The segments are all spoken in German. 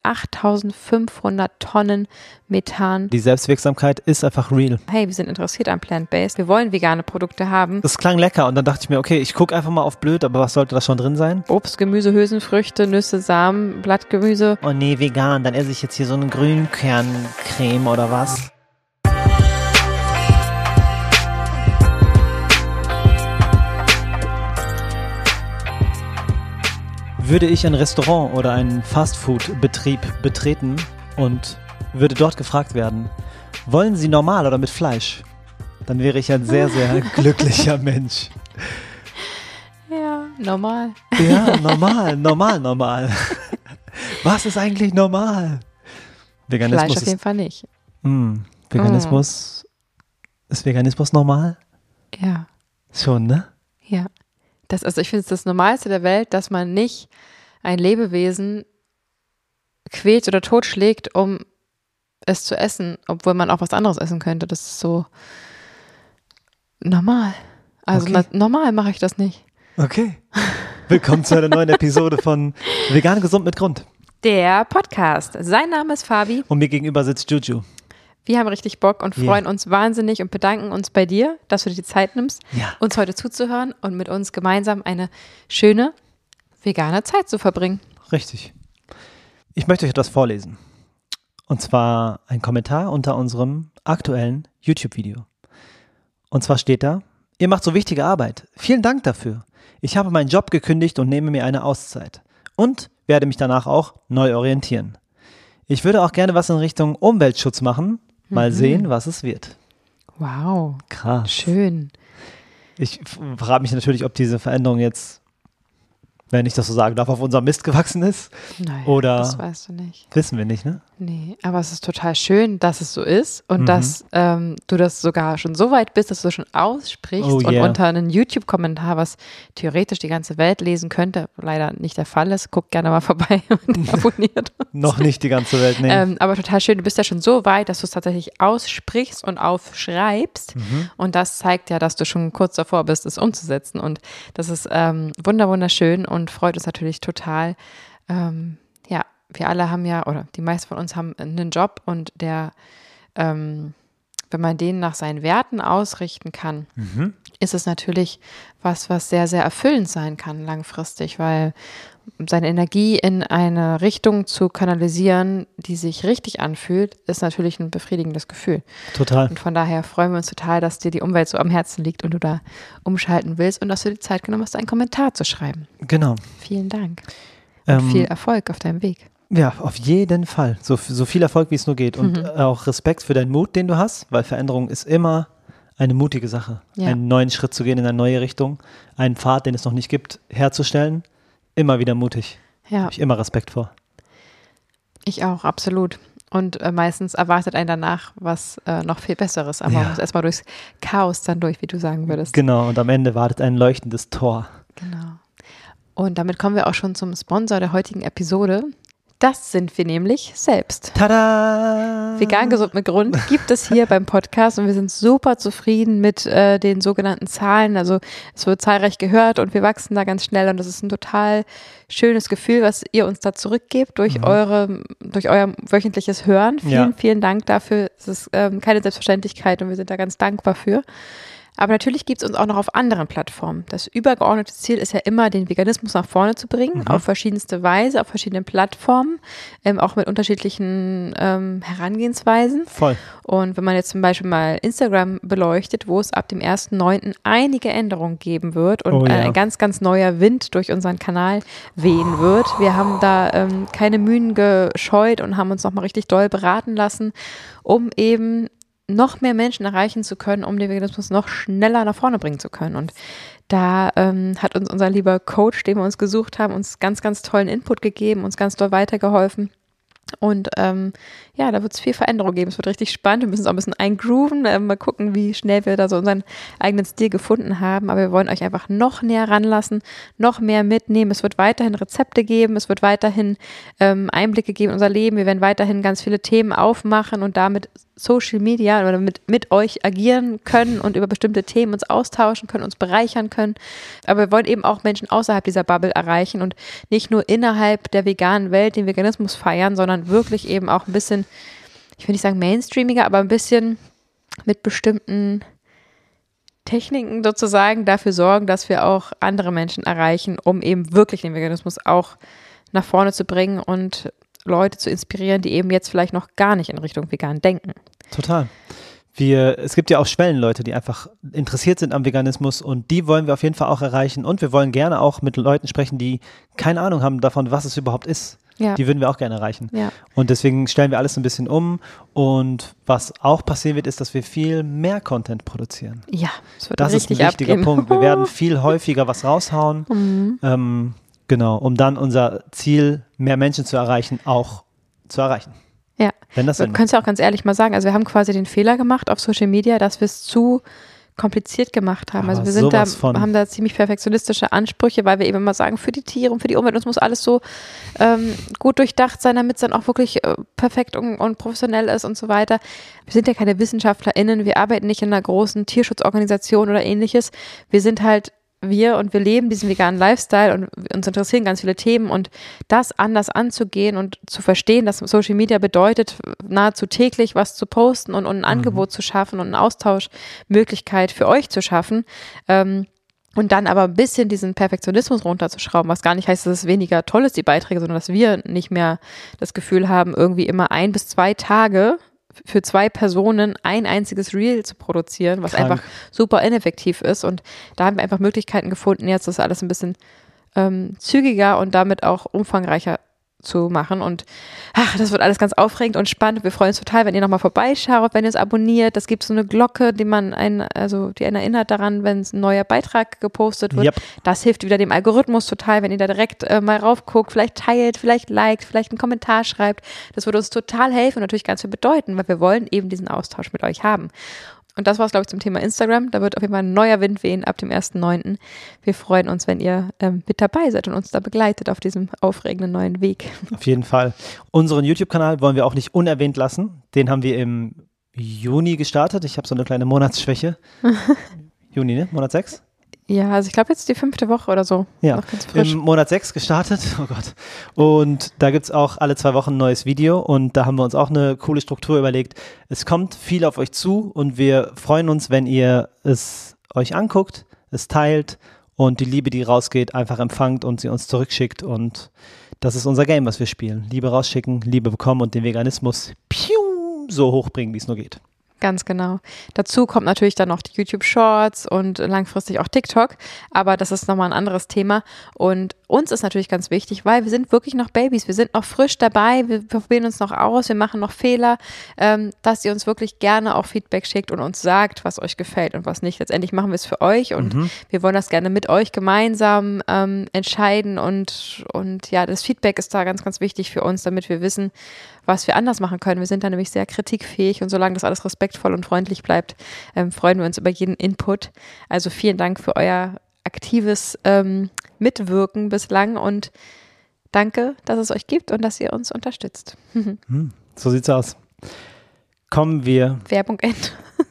8.500 Tonnen Methan. Die Selbstwirksamkeit ist einfach real. Hey, wir sind interessiert an Plant-Based. Wir wollen vegane Produkte haben. Das klang lecker und dann dachte ich mir, okay, ich gucke einfach mal auf blöd, aber was sollte da schon drin sein? Obst, Gemüse, Hülsenfrüchte, Nüsse, Samen, Blattgemüse. Oh nee, vegan, dann esse ich jetzt hier so eine Grünkerncreme oder was? Würde ich ein Restaurant oder einen Fastfood-Betrieb betreten und würde dort gefragt werden, wollen Sie normal oder mit Fleisch? Dann wäre ich ein sehr, sehr glücklicher Mensch. Ja, normal. Ja, normal. Was ist eigentlich normal? Veganismus Fleisch auf jeden Fall nicht. Veganismus, ist Veganismus normal? Ja. Schon, ne? Ja. Ich finde es das Normalste der Welt, dass man nicht ein Lebewesen quält oder totschlägt, um es zu essen, obwohl man auch was anderes essen könnte. Das ist so normal. Also Okay. Normal mache ich das nicht. Okay. Willkommen zu einer neuen Episode von Vegan Gesund mit Grund. Der Podcast. Sein Name ist Fabi. Und mir gegenüber sitzt Juju. Wir haben richtig Bock und freuen uns wahnsinnig und bedanken uns bei dir, dass du dir die Zeit nimmst, uns heute zuzuhören und mit uns gemeinsam eine schöne vegane Zeit zu verbringen. Richtig. Ich möchte euch etwas vorlesen. Und zwar ein Kommentar unter unserem aktuellen YouTube-Video. Und zwar steht da: Ihr macht so wichtige Arbeit. Vielen Dank dafür. Ich habe meinen Job gekündigt und nehme mir eine Auszeit. Und werde mich danach auch neu orientieren. Ich würde auch gerne was in Richtung Umweltschutz machen. Mal sehen, was es wird. Wow. Krass. Schön. Ich frage mich natürlich, ob diese Veränderung jetzt, wenn ich das so sagen darf, auf unserem Mist gewachsen ist. Naja, oder das weißt du nicht. Wissen wir nicht, ne? Nee, aber es ist total schön, dass es so ist und dass du das sogar schon so weit bist, dass du das schon aussprichst und unter einen YouTube-Kommentar, was theoretisch die ganze Welt lesen könnte, leider nicht der Fall ist. Guckt gerne mal vorbei und abonniert uns. Noch nicht die ganze Welt, nee. Aber total schön, du bist ja schon so weit, dass du es tatsächlich aussprichst und aufschreibst und das zeigt ja, dass du schon kurz davor bist, es umzusetzen und das ist wunderschön und freut uns natürlich total. Wir alle haben ja, oder die meisten von uns haben einen Job und der, wenn man den nach seinen Werten ausrichten kann, ist es natürlich was sehr, sehr erfüllend sein kann langfristig, weil seine Energie in eine Richtung zu kanalisieren, die sich richtig anfühlt, ist natürlich ein befriedigendes Gefühl. Total. Und von daher freuen wir uns total, dass dir die Umwelt so am Herzen liegt und du da umschalten willst und dass du dir Zeit genommen hast, einen Kommentar zu schreiben. Genau. Vielen Dank. Und viel Erfolg auf deinem Weg. Ja, auf jeden Fall. So viel Erfolg, wie es nur geht. Und auch Respekt für deinen Mut, den du hast, weil Veränderung ist immer eine mutige Sache. Ja. Einen neuen Schritt zu gehen in eine neue Richtung, einen Pfad, den es noch nicht gibt, herzustellen. Immer wieder mutig. Ja. Habe ich immer Respekt vor. Ich auch, absolut. Und meistens erwartet einen danach was noch viel Besseres. Aber man muss erstmal durchs Chaos dann durch, wie du sagen würdest. Genau, und am Ende wartet ein leuchtendes Tor. Genau. Und damit kommen wir auch schon zum Sponsor der heutigen Episode. Das sind wir nämlich selbst. Tada! Vegan gesund mit Grund gibt es hier beim Podcast und wir sind super zufrieden mit den sogenannten Zahlen. Also es wird zahlreich gehört und wir wachsen da ganz schnell und das ist ein total schönes Gefühl, was ihr uns da zurückgebt durch euer wöchentliches Hören. Vielen Dank dafür. Es ist keine Selbstverständlichkeit und wir sind da ganz dankbar für. Aber natürlich gibt es uns auch noch auf anderen Plattformen. Das übergeordnete Ziel ist ja immer, den Veganismus nach vorne zu bringen, auf verschiedenste Weise, auf verschiedenen Plattformen, auch mit unterschiedlichen Herangehensweisen. Voll. Und wenn man jetzt zum Beispiel mal Instagram beleuchtet, wo es ab dem 1.9. einige Änderungen geben wird und ein ganz, ganz neuer Wind durch unseren Kanal wehen wird. Wir haben da keine Mühen gescheut und haben uns nochmal richtig doll beraten lassen, um eben noch mehr Menschen erreichen zu können, um den Veganismus noch schneller nach vorne bringen zu können. Und da hat uns unser lieber Coach, den wir uns gesucht haben, uns ganz, ganz tollen Input gegeben, uns ganz doll weitergeholfen. Und da wird es viel Veränderung geben. Es wird richtig spannend. Wir müssen es auch ein bisschen eingrooven, mal gucken, wie schnell wir da so unseren eigenen Stil gefunden haben. Aber wir wollen euch einfach noch näher ranlassen, noch mehr mitnehmen. Es wird weiterhin Rezepte geben, es wird weiterhin Einblicke geben in unser Leben. Wir werden weiterhin ganz viele Themen aufmachen und damit Social Media oder mit euch agieren können und über bestimmte Themen uns austauschen können, uns bereichern können. Aber wir wollen eben auch Menschen außerhalb dieser Bubble erreichen und nicht nur innerhalb der veganen Welt den Veganismus feiern, sondern wirklich eben auch ein bisschen, ich will nicht sagen mainstreamiger, aber ein bisschen mit bestimmten Techniken sozusagen dafür sorgen, dass wir auch andere Menschen erreichen, um eben wirklich den Veganismus auch nach vorne zu bringen und Leute zu inspirieren, die eben jetzt vielleicht noch gar nicht in Richtung vegan denken. Total. Es gibt ja auch Schwellenleute, die einfach interessiert sind am Veganismus und die wollen wir auf jeden Fall auch erreichen und wir wollen gerne auch mit Leuten sprechen, die keine Ahnung haben davon, was es überhaupt ist. Ja. Die würden wir auch gerne erreichen. Ja. Und deswegen stellen wir alles ein bisschen um und was auch passieren wird, ist, dass wir viel mehr Content produzieren. Ja, das wird richtig ist ein wichtiger Punkt. Wir werden viel häufiger was raushauen, genau, um dann unser Ziel, mehr Menschen zu erreichen, auch zu erreichen. Ja, du kannst ja auch ganz ehrlich mal sagen, also wir haben quasi den Fehler gemacht auf Social Media, dass wir es zu kompliziert gemacht haben. Also wir haben da ziemlich perfektionistische Ansprüche, weil wir eben immer sagen, für die Tiere und für die Umwelt, uns muss alles so gut durchdacht sein, damit es dann auch wirklich perfekt und professionell ist und so weiter. Wir sind ja keine WissenschaftlerInnen, wir arbeiten nicht in einer großen Tierschutzorganisation oder ähnliches. Wir sind halt wir leben diesen veganen Lifestyle und uns interessieren ganz viele Themen und das anders anzugehen und zu verstehen, dass Social Media bedeutet, nahezu täglich was zu posten und ein Angebot zu schaffen und eine Austauschmöglichkeit für euch zu schaffen, und dann aber ein bisschen diesen Perfektionismus runterzuschrauben, was gar nicht heißt, dass es weniger toll ist, die Beiträge, sondern dass wir nicht mehr das Gefühl haben, irgendwie immer 1 bis 2 Tage für 2 Personen ein einziges Reel zu produzieren, was einfach super ineffektiv ist. Und da haben wir einfach Möglichkeiten gefunden, jetzt das alles ein bisschen zügiger und damit auch umfangreicher zu machen. Und das wird alles ganz aufregend und spannend. Wir freuen uns total, wenn ihr nochmal vorbeischaut, wenn ihr es abonniert. Es gibt so eine Glocke, die einen erinnert daran, wenn ein neuer Beitrag gepostet wird. Yep. Das hilft wieder dem Algorithmus total, wenn ihr da direkt mal raufguckt, vielleicht teilt, vielleicht liked, vielleicht einen Kommentar schreibt. Das würde uns total helfen und natürlich ganz viel bedeuten, weil wir wollen eben diesen Austausch mit euch haben. Und das war es, glaube ich, zum Thema Instagram. Da wird auf jeden Fall ein neuer Wind wehen ab dem 1.9. Wir freuen uns, wenn ihr mit dabei seid und uns da begleitet auf diesem aufregenden neuen Weg. Auf jeden Fall. Unseren YouTube-Kanal wollen wir auch nicht unerwähnt lassen. Den haben wir im Juni gestartet. Ich habe so eine kleine Monatsschwäche. Juni, ne? Monat 6? Ja, also ich glaube jetzt die 5. Woche oder so. Ja, noch ganz frisch. Im Monat 6 gestartet. Oh Gott. Und da gibt es auch alle 2 Wochen ein neues Video und da haben wir uns auch eine coole Struktur überlegt. Es kommt viel auf euch zu und wir freuen uns, wenn ihr es euch anguckt, es teilt und die Liebe, die rausgeht, einfach empfangt und sie uns zurückschickt. Und das ist unser Game, was wir spielen. Liebe rausschicken, Liebe bekommen und den Veganismus so hochbringen, wie es nur geht. Ganz genau. Dazu kommt natürlich dann noch die YouTube-Shorts und langfristig auch TikTok, aber das ist nochmal ein anderes Thema und uns ist natürlich ganz wichtig, weil wir sind wirklich noch Babys, wir sind noch frisch dabei, wir probieren uns noch aus, wir machen noch Fehler, dass ihr uns wirklich gerne auch Feedback schickt und uns sagt, was euch gefällt und was nicht. Letztendlich machen wir es für euch und wir wollen das gerne mit euch gemeinsam entscheiden und ja, das Feedback ist da ganz, ganz wichtig für uns, damit wir wissen, was wir anders machen können. Wir sind da nämlich sehr kritikfähig und solange das alles respektvoll und freundlich bleibt, freuen wir uns über jeden Input. Also vielen Dank für euer aktives Mitwirken bislang und danke, dass es euch gibt und dass ihr uns unterstützt. So sieht's aus. Kommen wir. Werbung Ende.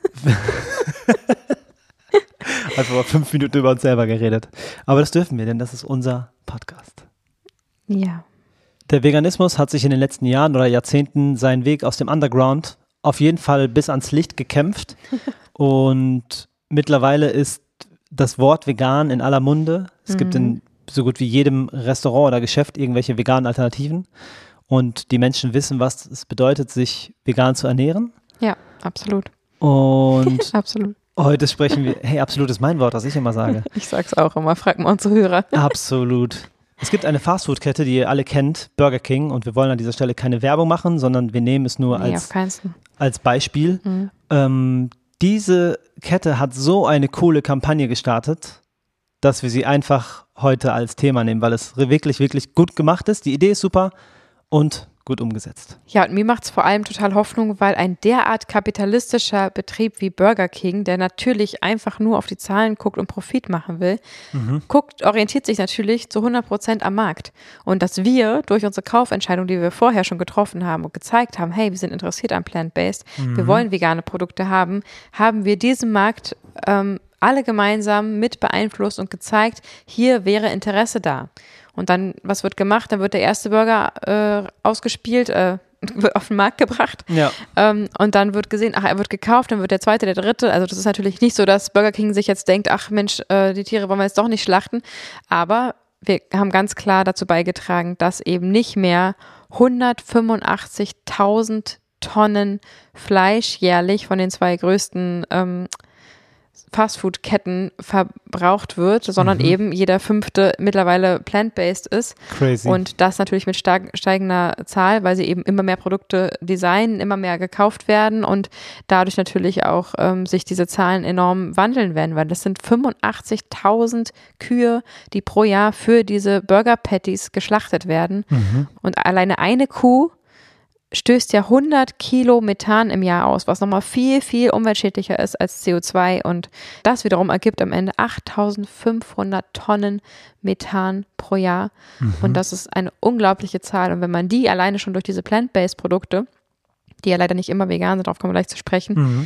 Einfach mal 5 Minuten über uns selber geredet. Aber das dürfen wir, denn das ist unser Podcast. Ja. Der Veganismus hat sich in den letzten Jahren oder Jahrzehnten seinen Weg aus dem Underground auf jeden Fall bis ans Licht gekämpft und mittlerweile ist das Wort vegan in aller Munde. Es gibt in so gut wie jedem Restaurant oder Geschäft irgendwelche veganen Alternativen und die Menschen wissen, was es bedeutet, sich vegan zu ernähren. Ja, absolut. Und absolut. Heute sprechen wir, hey, absolut ist mein Wort, was ich immer sage. Ich sag's auch immer, frag mal unsere Hörer. Absolut. Es gibt eine Fastfood-Kette, die ihr alle kennt, Burger King, und wir wollen an dieser Stelle keine Werbung machen, sondern wir nehmen es nur als Beispiel. Diese Kette hat so eine coole Kampagne gestartet, dass wir sie einfach heute als Thema nehmen, weil es wirklich, wirklich gut gemacht ist. Die Idee ist super und gut umgesetzt. Ja, und mir macht es vor allem total Hoffnung, weil ein derart kapitalistischer Betrieb wie Burger King, der natürlich einfach nur auf die Zahlen guckt und Profit machen will, orientiert sich natürlich zu 100% am Markt. Und dass wir durch unsere Kaufentscheidung, die wir vorher schon getroffen haben und gezeigt haben, hey, wir sind interessiert an Plant-Based, wir wollen vegane Produkte haben, haben wir diesen Markt alle gemeinsam mit beeinflusst und gezeigt, hier wäre Interesse da. Und dann, was wird gemacht? Dann wird der erste Burger ausgespielt, wird auf den Markt gebracht. Ja. Und dann wird gesehen, ach, er wird gekauft, dann wird der zweite, der dritte. Also das ist natürlich nicht so, dass Burger King sich jetzt denkt, ach Mensch, die Tiere wollen wir jetzt doch nicht schlachten. Aber wir haben ganz klar dazu beigetragen, dass eben nicht mehr 185.000 Tonnen Fleisch jährlich von den 2 größten Fastfood-Ketten verbraucht wird, sondern eben jeder 5. mittlerweile plant-based ist. Crazy. Und das natürlich mit steigender Zahl, weil sie eben immer mehr Produkte designen, immer mehr gekauft werden und dadurch natürlich auch sich diese Zahlen enorm wandeln werden, weil das sind 85.000 Kühe, die pro Jahr für diese Burger-Patties geschlachtet werden. Und alleine eine Kuh stößt ja 100 Kilo Methan im Jahr aus, was nochmal viel, viel umweltschädlicher ist als CO2 und das wiederum ergibt am Ende 8.500 Tonnen Methan pro Jahr und das ist eine unglaubliche Zahl und wenn man die alleine schon durch diese Plant-Based Produkte, die ja leider nicht immer vegan sind, darauf kommen wir gleich zu sprechen,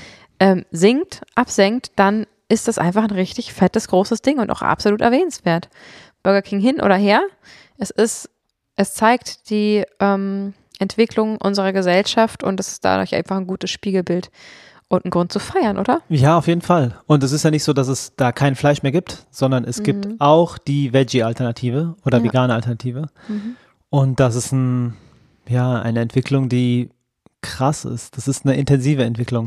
absenkt, dann ist das einfach ein richtig fettes, großes Ding und auch absolut erwähnenswert. Burger King hin oder her, es zeigt die Entwicklung unserer Gesellschaft und es ist dadurch einfach ein gutes Spiegelbild und ein Grund zu feiern, oder? Ja, auf jeden Fall. Und es ist ja nicht so, dass es da kein Fleisch mehr gibt, sondern es gibt auch die Veggie-Alternative oder vegane Alternative. Und das ist eine Entwicklung, die krass ist. Das ist eine intensive Entwicklung.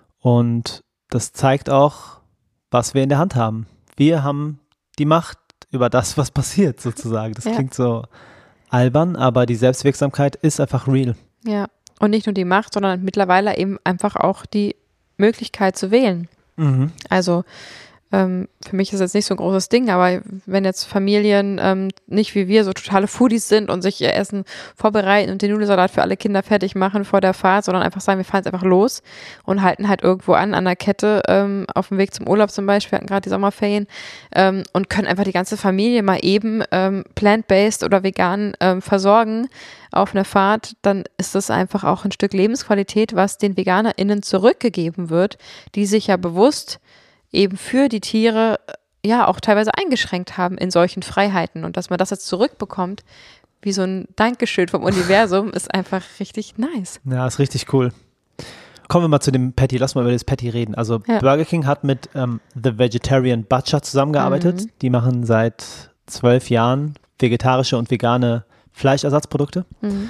Und das zeigt auch, was wir in der Hand haben. Wir haben die Macht über das, was passiert, sozusagen. Das klingt so albern, aber die Selbstwirksamkeit ist einfach real. Ja, und nicht nur die Macht, sondern mittlerweile eben einfach auch die Möglichkeit zu wählen. Also für mich ist das nicht so ein großes Ding, aber wenn jetzt Familien nicht wie wir so totale Foodies sind und sich ihr Essen vorbereiten und den Nudelsalat für alle Kinder fertig machen vor der Fahrt, sondern einfach sagen, wir fahren jetzt einfach los und halten halt irgendwo an der Kette auf dem Weg zum Urlaub zum Beispiel, wir hatten gerade die Sommerferien und können einfach die ganze Familie mal eben plant-based oder vegan versorgen auf einer Fahrt, dann ist das einfach auch ein Stück Lebensqualität, was den VeganerInnen zurückgegeben wird, die sich ja bewusst eben für die Tiere ja auch teilweise eingeschränkt haben in solchen Freiheiten und dass man das jetzt zurückbekommt, wie so ein Dankeschön vom Universum, ist einfach richtig nice. Ja, ist richtig cool. Kommen wir mal zu dem Patty, lass mal über das Patty reden. Also Burger King hat mit The Vegetarian Butcher zusammengearbeitet. Die machen seit 12 Jahren vegetarische und vegane Fleischersatzprodukte.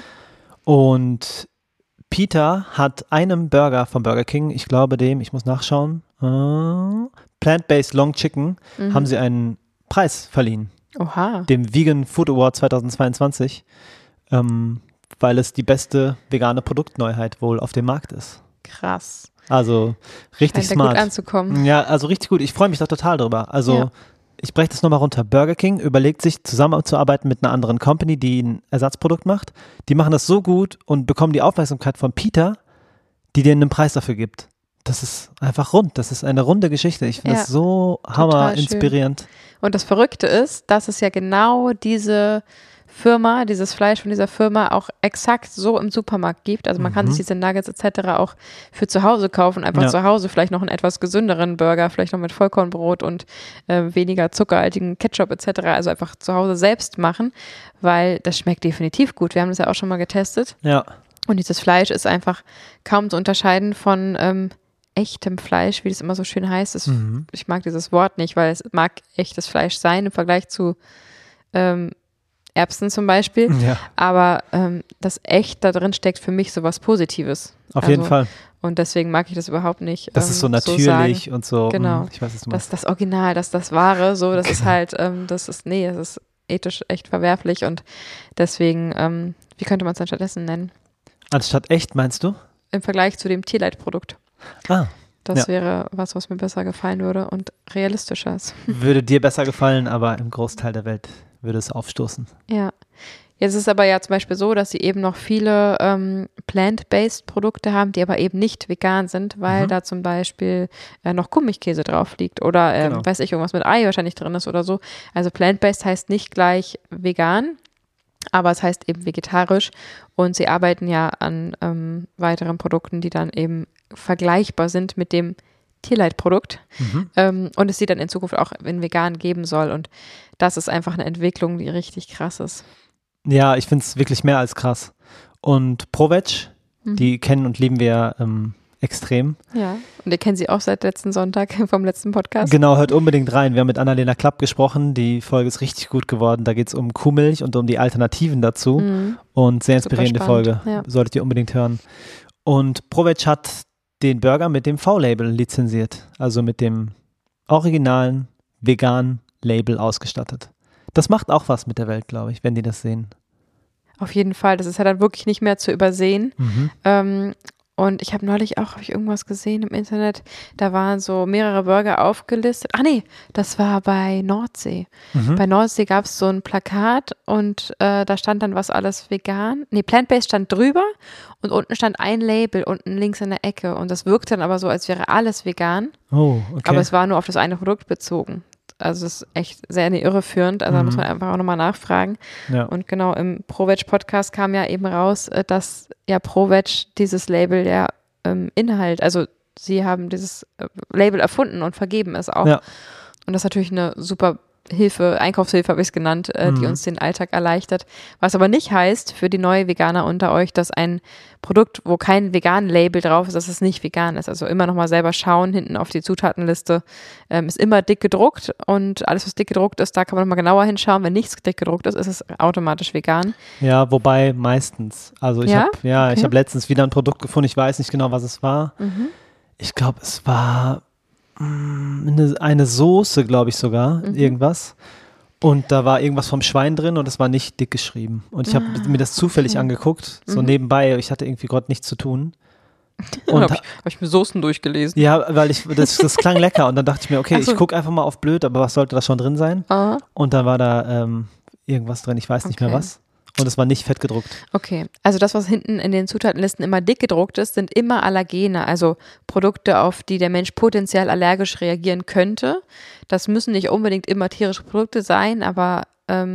Und Peter hat einem Burger von Burger King, ich glaube ich muss nachschauen, Plant-Based Long Chicken, haben sie einen Preis verliehen. Oha. Dem Vegan Food Award 2022, weil es die beste vegane Produktneuheit wohl auf dem Markt ist. Krass. Also richtig Scheint smart. Gut anzukommen. Ja, also richtig gut. Ich freue mich da total drüber. Also ich breche das nochmal runter. Burger King überlegt sich, zusammenzuarbeiten mit einer anderen Company, die ein Ersatzprodukt macht. Die machen das so gut und bekommen die Aufmerksamkeit von Peter, die denen einen Preis dafür gibt. Das ist einfach rund. Das ist eine runde Geschichte. Ich finde das so hammer inspirierend. Und das Verrückte ist, dass es ja genau diese Firma, dieses Fleisch von dieser Firma auch exakt so im Supermarkt gibt. Also man kann sich diese Nuggets etc. auch für zu Hause kaufen, einfach zu Hause vielleicht noch einen etwas gesünderen Burger, vielleicht noch mit Vollkornbrot und weniger zuckerhaltigen Ketchup etc. Also einfach zu Hause selbst machen, weil das schmeckt definitiv gut. Wir haben das ja auch schon mal getestet. Ja. Und dieses Fleisch ist einfach kaum zu unterscheiden von echtem Fleisch, wie das immer so schön heißt. Ich mag dieses Wort nicht, weil es mag echtes Fleisch sein im Vergleich zu Erbsen zum Beispiel, aber das echt da drin steckt für mich sowas Positives. Auf jeden Fall. Und deswegen mag ich das überhaupt nicht. Das ist so natürlich so und so. Genau. Ich weiß, was du meinst. Das Original, das Wahre, so, das ist halt, das ist ethisch echt verwerflich und deswegen, wie könnte man es dann stattdessen nennen? Anstatt echt, meinst du? Im Vergleich zu dem Tierleitprodukt. Ah. Das wäre was mir besser gefallen würde und realistischer ist. Würde dir besser gefallen, aber im Großteil der Welt würde es aufstoßen. Ja. Jetzt ist es aber ja zum Beispiel so, dass sie eben noch viele plant-based Produkte haben, die aber eben nicht vegan sind, weil da zum Beispiel noch Kuhmilchkäse drauf liegt oder Genau. weiß ich, irgendwas mit Ei wahrscheinlich drin ist oder so. Also plant-based heißt nicht gleich vegan, aber es heißt eben vegetarisch und sie arbeiten ja an weiteren Produkten, die dann eben vergleichbar sind mit dem Tierleitprodukt und es sie dann in Zukunft auch in vegan geben soll und das ist einfach eine Entwicklung, die richtig krass ist. Ja, ich finde es wirklich mehr als krass. Und ProVeg, die kennen und lieben wir ja extrem. Ja, und ihr kennt sie auch seit letzten Sonntag vom letzten Podcast. Genau, hört unbedingt rein. Wir haben mit Annalena Klapp gesprochen. Die Folge ist richtig gut geworden. Da geht es um Kuhmilch und um die Alternativen dazu. Und sehr inspirierende Folge. Ja. Solltet ihr unbedingt hören. Und ProVeg hat den Burger mit dem V-Label lizenziert. Also mit dem originalen veganen Label ausgestattet. Das macht auch was mit der Welt, glaube ich, wenn die das sehen. Auf jeden Fall. Das ist ja dann wirklich nicht mehr zu übersehen. Und ich habe neulich auch irgendwas gesehen im Internet, da waren so mehrere Burger aufgelistet. Ach nee, das war bei Nordsee. Bei Nordsee gab es so ein Plakat und da stand dann was alles vegan. Nee, Plant-Based stand drüber und unten stand ein Label unten links in der Ecke und das wirkte dann aber so, als wäre alles vegan. Oh, okay. Aber es war nur auf das eine Produkt bezogen. Also es ist echt sehr irreführend, also da muss man einfach auch nochmal nachfragen. Ja. Und genau, im ProVeg-Podcast kam ja eben raus, dass ja ProVeg dieses Label ja Inhalt, also sie haben dieses Label erfunden und vergeben es auch. Ja. Und das ist natürlich eine super Hilfe, Einkaufshilfe habe ich es genannt, die uns den Alltag erleichtert. Was aber nicht heißt für die neue Veganer unter euch, dass ein Produkt, wo kein vegan Label drauf ist, dass es nicht vegan ist. Also immer nochmal selber schauen, hinten auf die Zutatenliste ist immer dick gedruckt und alles, was dick gedruckt ist, da kann man nochmal genauer hinschauen. Wenn nichts dick gedruckt ist, ist es automatisch vegan. Ja, wobei meistens. Also ich habe letztens wieder ein Produkt gefunden, ich weiß nicht genau, was es war. Ich glaube, es war eine Soße, glaube ich sogar, irgendwas. Und da war irgendwas vom Schwein drin und es war nicht dick geschrieben. Und ich habe mir das zufällig angeguckt, so nebenbei. Ich hatte irgendwie gerade nichts zu tun. Und habe ich mir Soßen durchgelesen. Ja, weil das klang lecker. Und dann dachte ich mir, okay, ich gucke einfach mal auf blöd, aber was sollte da schon drin sein? Und dann war da irgendwas drin, ich weiß nicht mehr was. Und es war nicht fett gedruckt. Okay, also das, was hinten in den Zutatenlisten immer dick gedruckt ist, sind immer Allergene, also Produkte, auf die der Mensch potenziell allergisch reagieren könnte. Das müssen nicht unbedingt immer tierische Produkte sein, aber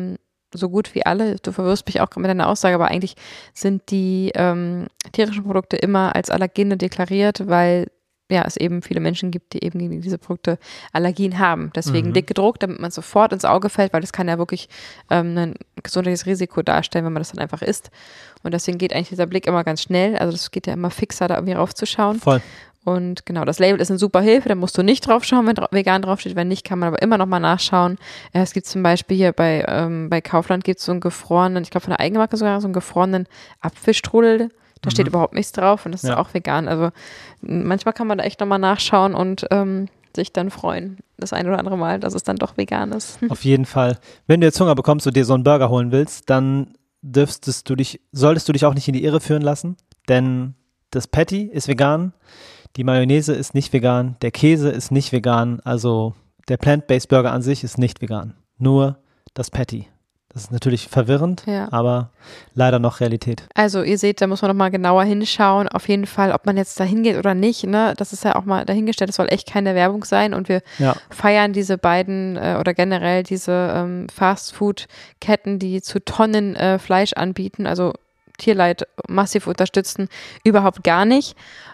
so gut wie alle, du verwirrst mich auch mit deiner Aussage, aber eigentlich sind die tierischen Produkte immer als Allergene deklariert, weil ja, es eben viele Menschen gibt, die eben gegen diese Produkte Allergien haben. Deswegen dick gedruckt, damit man sofort ins Auge fällt, weil das kann ja wirklich ein gesundheitliches Risiko darstellen, wenn man das dann einfach isst. Und deswegen geht eigentlich dieser Blick immer ganz schnell. Also das geht ja immer fixer, da irgendwie raufzuschauen. Voll. Und genau, das Label ist eine super Hilfe, da musst du nicht drauf schauen, wenn vegan draufsteht. Wenn nicht, kann man aber immer noch mal nachschauen. Es gibt zum Beispiel hier bei Kaufland gibt es so einen gefrorenen, ich glaube von der Eigenmarke sogar, so einen gefrorenen Apfelstrudel. Da steht überhaupt nichts drauf und das ist auch vegan. Also manchmal kann man da echt nochmal nachschauen und sich dann freuen, das ein oder andere Mal, dass es dann doch vegan ist. Auf jeden Fall. Wenn du jetzt Hunger bekommst und dir so einen Burger holen willst, dann solltest du dich auch nicht in die Irre führen lassen, denn das Patty ist vegan, die Mayonnaise ist nicht vegan, der Käse ist nicht vegan, also der Plant-Based Burger an sich ist nicht vegan. Nur das Patty. Das ist natürlich verwirrend, aber leider noch Realität. Also ihr seht, da muss man noch mal genauer hinschauen. Auf jeden Fall, ob man jetzt da hingeht oder nicht, ne? Das ist ja auch mal dahingestellt. Das soll echt keine Werbung sein. Und wir feiern diese beiden oder generell diese Fast-Food-Ketten, die zu Tonnen Fleisch anbieten, also Tierleid massiv unterstützen, überhaupt gar nicht.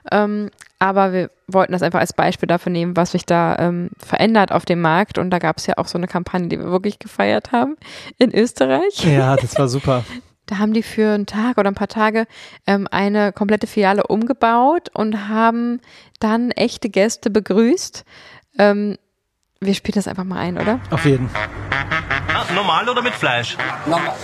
Aber wir wollten das einfach als Beispiel dafür nehmen, was sich da verändert auf dem Markt. Und da gab es ja auch so eine Kampagne, die wir wirklich gefeiert haben in Österreich. Ja, das war super. Da haben die für einen Tag oder ein paar Tage eine komplette Filiale umgebaut und haben dann echte Gäste begrüßt. Wir spielen das einfach mal ein, oder? Auf jeden. Normal oder mit Fleisch? Normal.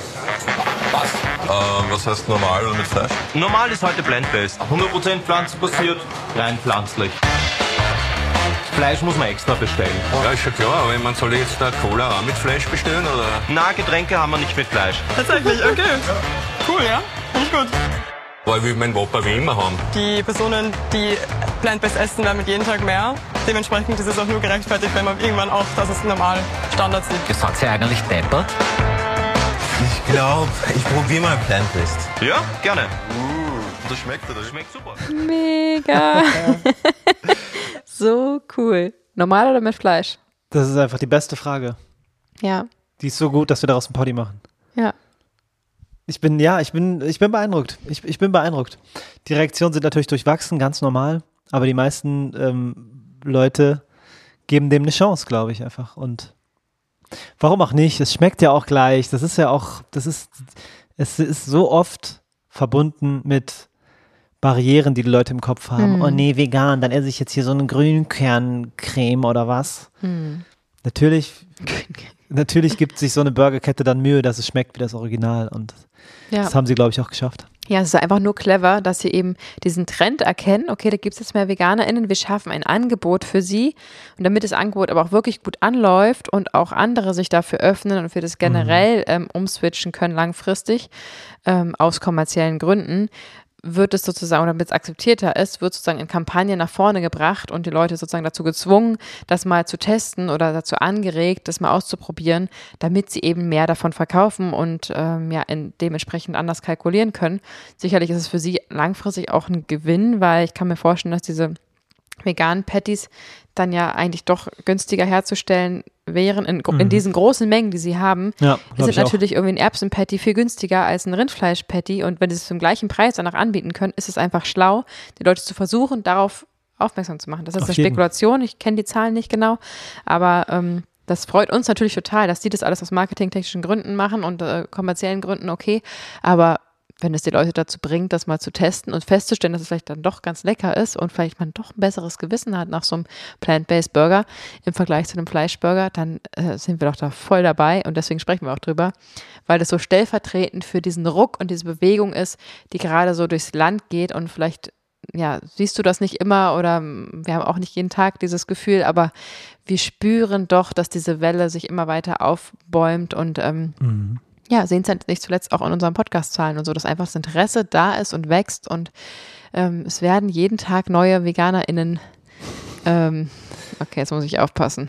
Was heißt normal oder mit Fleisch? Normal ist heute plant-based. 100% pflanzenbasiert, rein pflanzlich. Fleisch muss man extra bestellen. Ja, ist schon klar, aber man soll jetzt da Cola auch mit Fleisch bestellen, oder? Na, Getränke haben wir nicht mit Fleisch. Tatsächlich, okay. Cool, ja? Finde ich gut. Weil wir mein Papa wie immer haben. Die Personen, die plant-based essen, werden mit jedem Tag mehr. Dementsprechend ist es auch nur gerechtfertigt, wenn man irgendwann auch, dass es normal Standard sind. Ihr seid ja eigentlich deppert. Ich glaube, ich probiere mal Plant-Based. Ja, gerne. Das schmeckt super. Mega. So cool. Normal oder mit Fleisch? Das ist einfach die beste Frage. Ja. Die ist so gut, dass wir daraus einen Poddy machen. Ja. Ich bin beeindruckt. Ich bin beeindruckt. Die Reaktionen sind natürlich durchwachsen, ganz normal. Aber die meisten Leute geben dem eine Chance, glaube ich, einfach. Und warum auch nicht? Es schmeckt ja auch gleich. Es ist so oft verbunden mit Barrieren, die Leute im Kopf haben. Oh nee, vegan, dann esse ich jetzt hier so eine Grünkerncreme oder was. Natürlich gibt sich so eine Burgerkette dann Mühe, dass es schmeckt wie das Original. Und das haben sie, glaube ich, auch geschafft. Ja, es ist einfach nur clever, dass sie eben diesen Trend erkennen, okay, da gibt es jetzt mehr VeganerInnen, wir schaffen ein Angebot für sie und damit das Angebot aber auch wirklich gut anläuft und auch andere sich dafür öffnen und für das generell umswitchen können langfristig aus kommerziellen Gründen, wird es sozusagen, oder damit es akzeptierter ist, wird sozusagen in Kampagnen nach vorne gebracht und die Leute sozusagen dazu gezwungen, das mal zu testen oder dazu angeregt, das mal auszuprobieren, damit sie eben mehr davon verkaufen und dementsprechend anders kalkulieren können. Sicherlich ist es für sie langfristig auch ein Gewinn, weil ich kann mir vorstellen, dass diese veganen Patties dann ja eigentlich doch günstiger herzustellen wären in diesen großen Mengen, die sie haben. Ja, sind natürlich irgendwie ein Erbsen-Patty viel günstiger als ein Rindfleisch-Patty und wenn sie es zum gleichen Preis danach anbieten können, ist es einfach schlau, die Leute zu versuchen, darauf aufmerksam zu machen. Das ist eine Spekulation, ich kenne die Zahlen nicht genau, aber das freut uns natürlich total, dass die das alles aus marketingtechnischen Gründen machen und kommerziellen Gründen okay, aber wenn es die Leute dazu bringt, das mal zu testen und festzustellen, dass es vielleicht dann doch ganz lecker ist und vielleicht man doch ein besseres Gewissen hat nach so einem Plant-Based Burger im Vergleich zu einem Fleischburger, dann sind wir doch da voll dabei und deswegen sprechen wir auch drüber, weil das so stellvertretend für diesen Ruck und diese Bewegung ist, die gerade so durchs Land geht und vielleicht, siehst du das nicht immer oder wir haben auch nicht jeden Tag dieses Gefühl, aber wir spüren doch, dass diese Welle sich immer weiter aufbäumt und sehen es nicht zuletzt auch in unseren Podcast-Zahlen und so, dass einfach das Interesse da ist und wächst und es werden jeden Tag neue VeganerInnen, okay, jetzt muss ich aufpassen,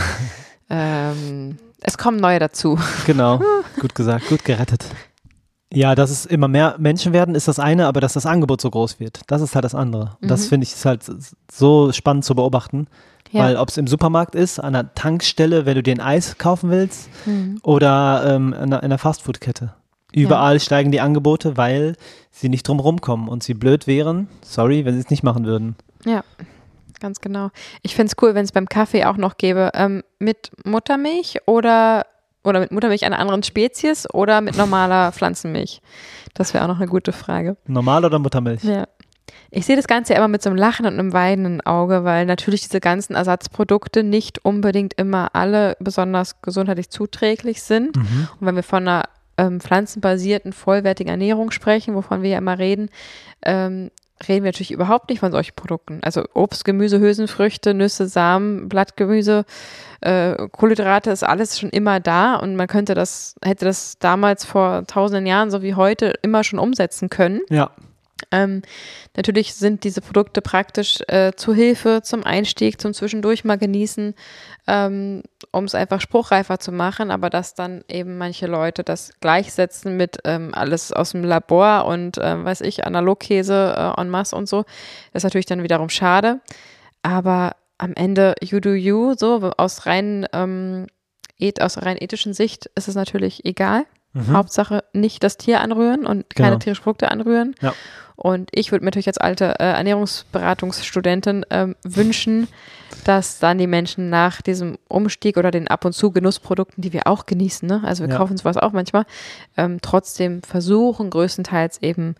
es kommen neue dazu. Genau, gut gesagt, gut gerettet. Ja, dass es immer mehr Menschen werden, ist das eine, aber dass das Angebot so groß wird, das ist halt das andere. Und das finde ich ist halt so spannend zu beobachten. Ja. Weil ob es im Supermarkt ist, an der Tankstelle, wenn du dir ein Eis kaufen willst oder in einer Fastfood-Kette. Überall steigen die Angebote, weil sie nicht drum rumkommen und sie blöd wären, wenn sie es nicht machen würden. Ja, ganz genau. Ich finde es cool, wenn es beim Kaffee auch noch gäbe, mit Muttermilch oder mit Muttermilch einer anderen Spezies oder mit normaler Pflanzenmilch. Das wäre auch noch eine gute Frage. Normal oder Muttermilch? Ja. Ich sehe das Ganze ja immer mit so einem Lachen und einem weinenden Auge, weil natürlich diese ganzen Ersatzprodukte nicht unbedingt immer alle besonders gesundheitlich zuträglich sind. Und wenn wir von einer pflanzenbasierten, vollwertigen Ernährung sprechen, wovon wir ja immer reden, reden wir natürlich überhaupt nicht von solchen Produkten. Also Obst, Gemüse, Hülsenfrüchte, Nüsse, Samen, Blattgemüse, Kohlenhydrate ist alles schon immer da und man hätte das damals vor tausenden Jahren, so wie heute, immer schon umsetzen können. Ja. Natürlich sind diese Produkte praktisch zur Hilfe, zum Einstieg, zum Zwischendurch mal genießen, um es einfach spruchreifer zu machen, aber dass dann eben manche Leute das gleichsetzen mit alles aus dem Labor und Analogkäse en masse und so, das ist natürlich dann wiederum schade, aber am Ende you do you, so aus rein ethischen Sicht ist es natürlich egal. Hauptsache nicht das Tier anrühren und keine tierischen Produkte anrühren. Ja. Und ich würde mir natürlich als alte Ernährungsberatungsstudentin wünschen, dass dann die Menschen nach diesem Umstieg oder den ab und zu Genussprodukten, die wir auch genießen, ne? Also wir kaufen sowas auch manchmal, trotzdem versuchen, größtenteils eben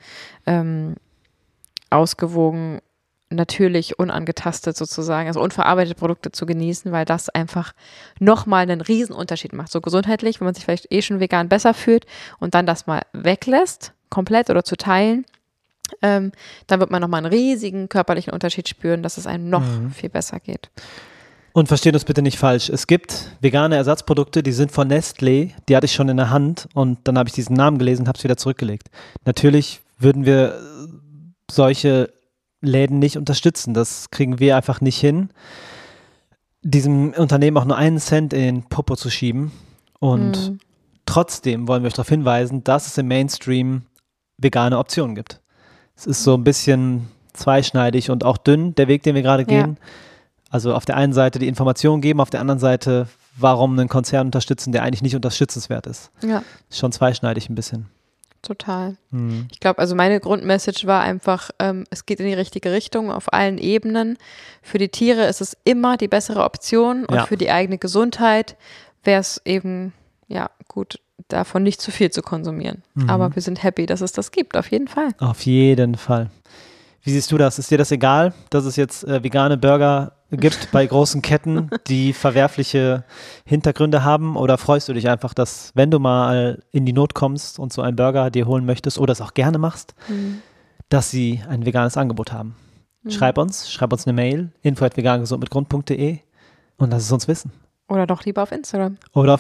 ausgewogen, natürlich unangetastet sozusagen, also unverarbeitete Produkte zu genießen, weil das einfach nochmal einen riesen Unterschied macht. So gesundheitlich, wenn man sich vielleicht schon vegan besser fühlt und dann das mal weglässt, komplett oder zu teilen, dann wird man nochmal einen riesigen körperlichen Unterschied spüren, dass es einem noch viel besser geht. Und versteht uns bitte nicht falsch, es gibt vegane Ersatzprodukte, die sind von Nestlé, die hatte ich schon in der Hand und dann habe ich diesen Namen gelesen und habe es wieder zurückgelegt. Natürlich würden wir solche Läden nicht unterstützen. Das kriegen wir einfach nicht hin, diesem Unternehmen auch nur einen Cent in den Popo zu schieben und Trotzdem wollen wir euch darauf hinweisen, dass es im Mainstream vegane Optionen gibt. Es ist so ein bisschen zweischneidig und auch dünn, der Weg, den wir gerade gehen. Also auf der einen Seite die Informationen geben, auf der anderen Seite, warum einen Konzern unterstützen, der eigentlich nicht unterstützenswert ist. Ja. Ist schon zweischneidig ein bisschen. Total. Ich glaube, also meine Grundmessage war einfach, es geht in die richtige Richtung auf allen Ebenen. Für die Tiere ist es immer die bessere Option und für die eigene Gesundheit wäre es eben, gut, davon nicht zu viel zu konsumieren. Aber wir sind happy, dass es das gibt, auf jeden Fall. Auf jeden Fall. Wie siehst du das? Ist dir das egal, dass es jetzt vegane Burger gibt bei großen Ketten, die verwerfliche Hintergründe haben? Oder freust du dich einfach, dass, wenn du mal in die Not kommst und so einen Burger dir holen möchtest oder es auch gerne machst, dass sie ein veganes Angebot haben? Schreib uns eine Mail, info@vegangesundmitgrund.de und lass es uns wissen. Oder doch lieber auf Instagram.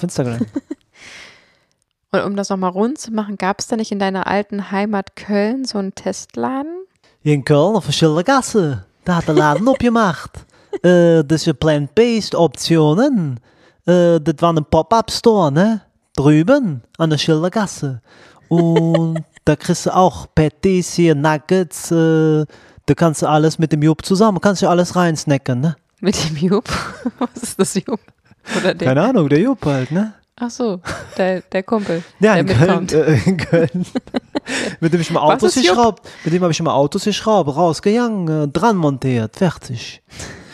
Und um das nochmal rund zu machen, gab es da nicht in deiner alten Heimat Köln so einen Testladen? In Köln auf der Schildergasse, da hat der Laden abgemacht. Das sind plant-based Optionen. Das war ein Pop-Up-Store, ne? Drüben an der Schildergasse. Und da kriegst du auch Patties, hier Nuggets. Da kannst du alles mit dem Jupp zusammen, kannst du alles reinsnacken, ne? Mit dem Jupp? Was ist das Jupp? Oder der? Keine Ahnung, der Jupp halt, ne? Ach so, der Kumpel, ja, der mitkommt. In Köln. Mit dem ich mal Autos geschraubt. Mit dem habe ich schon mal Autos geschraubt, rausgegangen, dran montiert, fertig.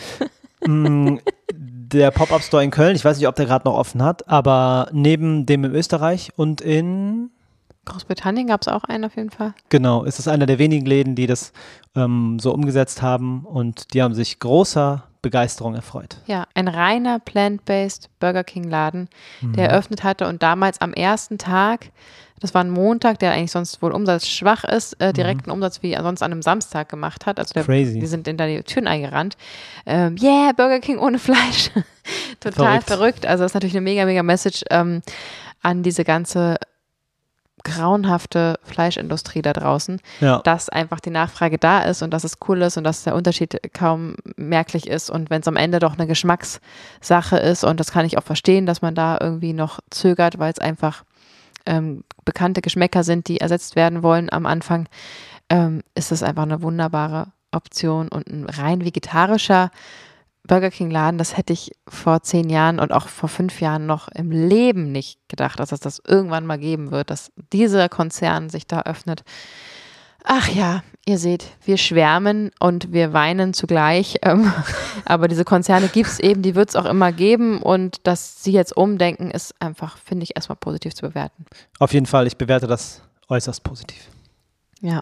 Der Pop-Up-Store in Köln, ich weiß nicht, ob der gerade noch offen hat, aber neben dem in Österreich und in Großbritannien gab es auch einen auf jeden Fall. Genau, es ist einer der wenigen Läden, die das so umgesetzt haben und die haben sich großer Begeisterung erfreut. Ja, ein reiner plant-based Burger King Laden, der eröffnet hatte und damals am ersten Tag, das war ein Montag, der eigentlich sonst wohl umsatzschwach ist, direkten Umsatz wie sonst an einem Samstag gemacht hat. Also die sind hinter die Türen eingerannt. Burger King ohne Fleisch. Total verrückt. Also das ist natürlich eine mega, mega Message an diese ganze grauenhafte Fleischindustrie da draußen, dass einfach die Nachfrage da ist und dass es cool ist und dass der Unterschied kaum merklich ist und wenn es am Ende doch eine Geschmackssache ist und das kann ich auch verstehen, dass man da irgendwie noch zögert, weil es einfach bekannte Geschmäcker sind, die ersetzt werden wollen am Anfang, ist es einfach eine wunderbare Option und ein rein vegetarischer Burger King Laden, das hätte ich vor 10 Jahren und auch vor 5 Jahren noch im Leben nicht gedacht, dass es das irgendwann mal geben wird, dass dieser Konzern sich da öffnet. Ach ja, ihr seht, wir schwärmen und wir weinen zugleich, aber diese Konzerne gibt es eben, die wird es auch immer geben und dass sie jetzt umdenken, ist einfach, finde ich, erstmal positiv zu bewerten. Auf jeden Fall, ich bewerte das äußerst positiv. Ja.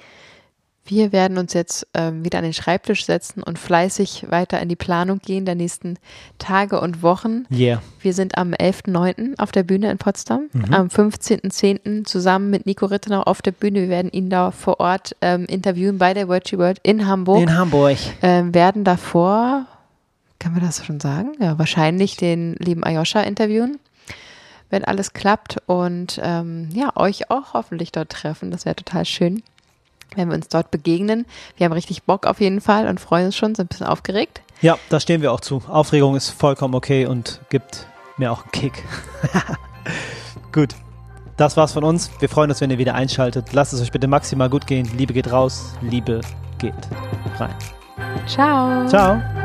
Wir werden uns jetzt wieder an den Schreibtisch setzen und fleißig weiter in die Planung gehen der nächsten Tage und Wochen. Yeah. Wir sind am 11.9. auf der Bühne in Potsdam, am 15.10. zusammen mit Nico Rittenau auf der Bühne. Wir werden ihn da vor Ort interviewen bei der Virtual World in Hamburg. Werden davor, kann man das schon sagen? Ja, wahrscheinlich den lieben Ayosha interviewen, wenn alles klappt und euch auch hoffentlich dort treffen. Das wäre total schön, wenn wir uns dort begegnen. Wir haben richtig Bock auf jeden Fall und freuen uns schon, sind ein bisschen aufgeregt. Ja, da stehen wir auch zu. Aufregung ist vollkommen okay und gibt mir auch einen Kick. Gut, das war's von uns. Wir freuen uns, wenn ihr wieder einschaltet. Lasst es euch bitte maximal gut gehen. Liebe geht raus, Liebe geht rein. Ciao. Ciao.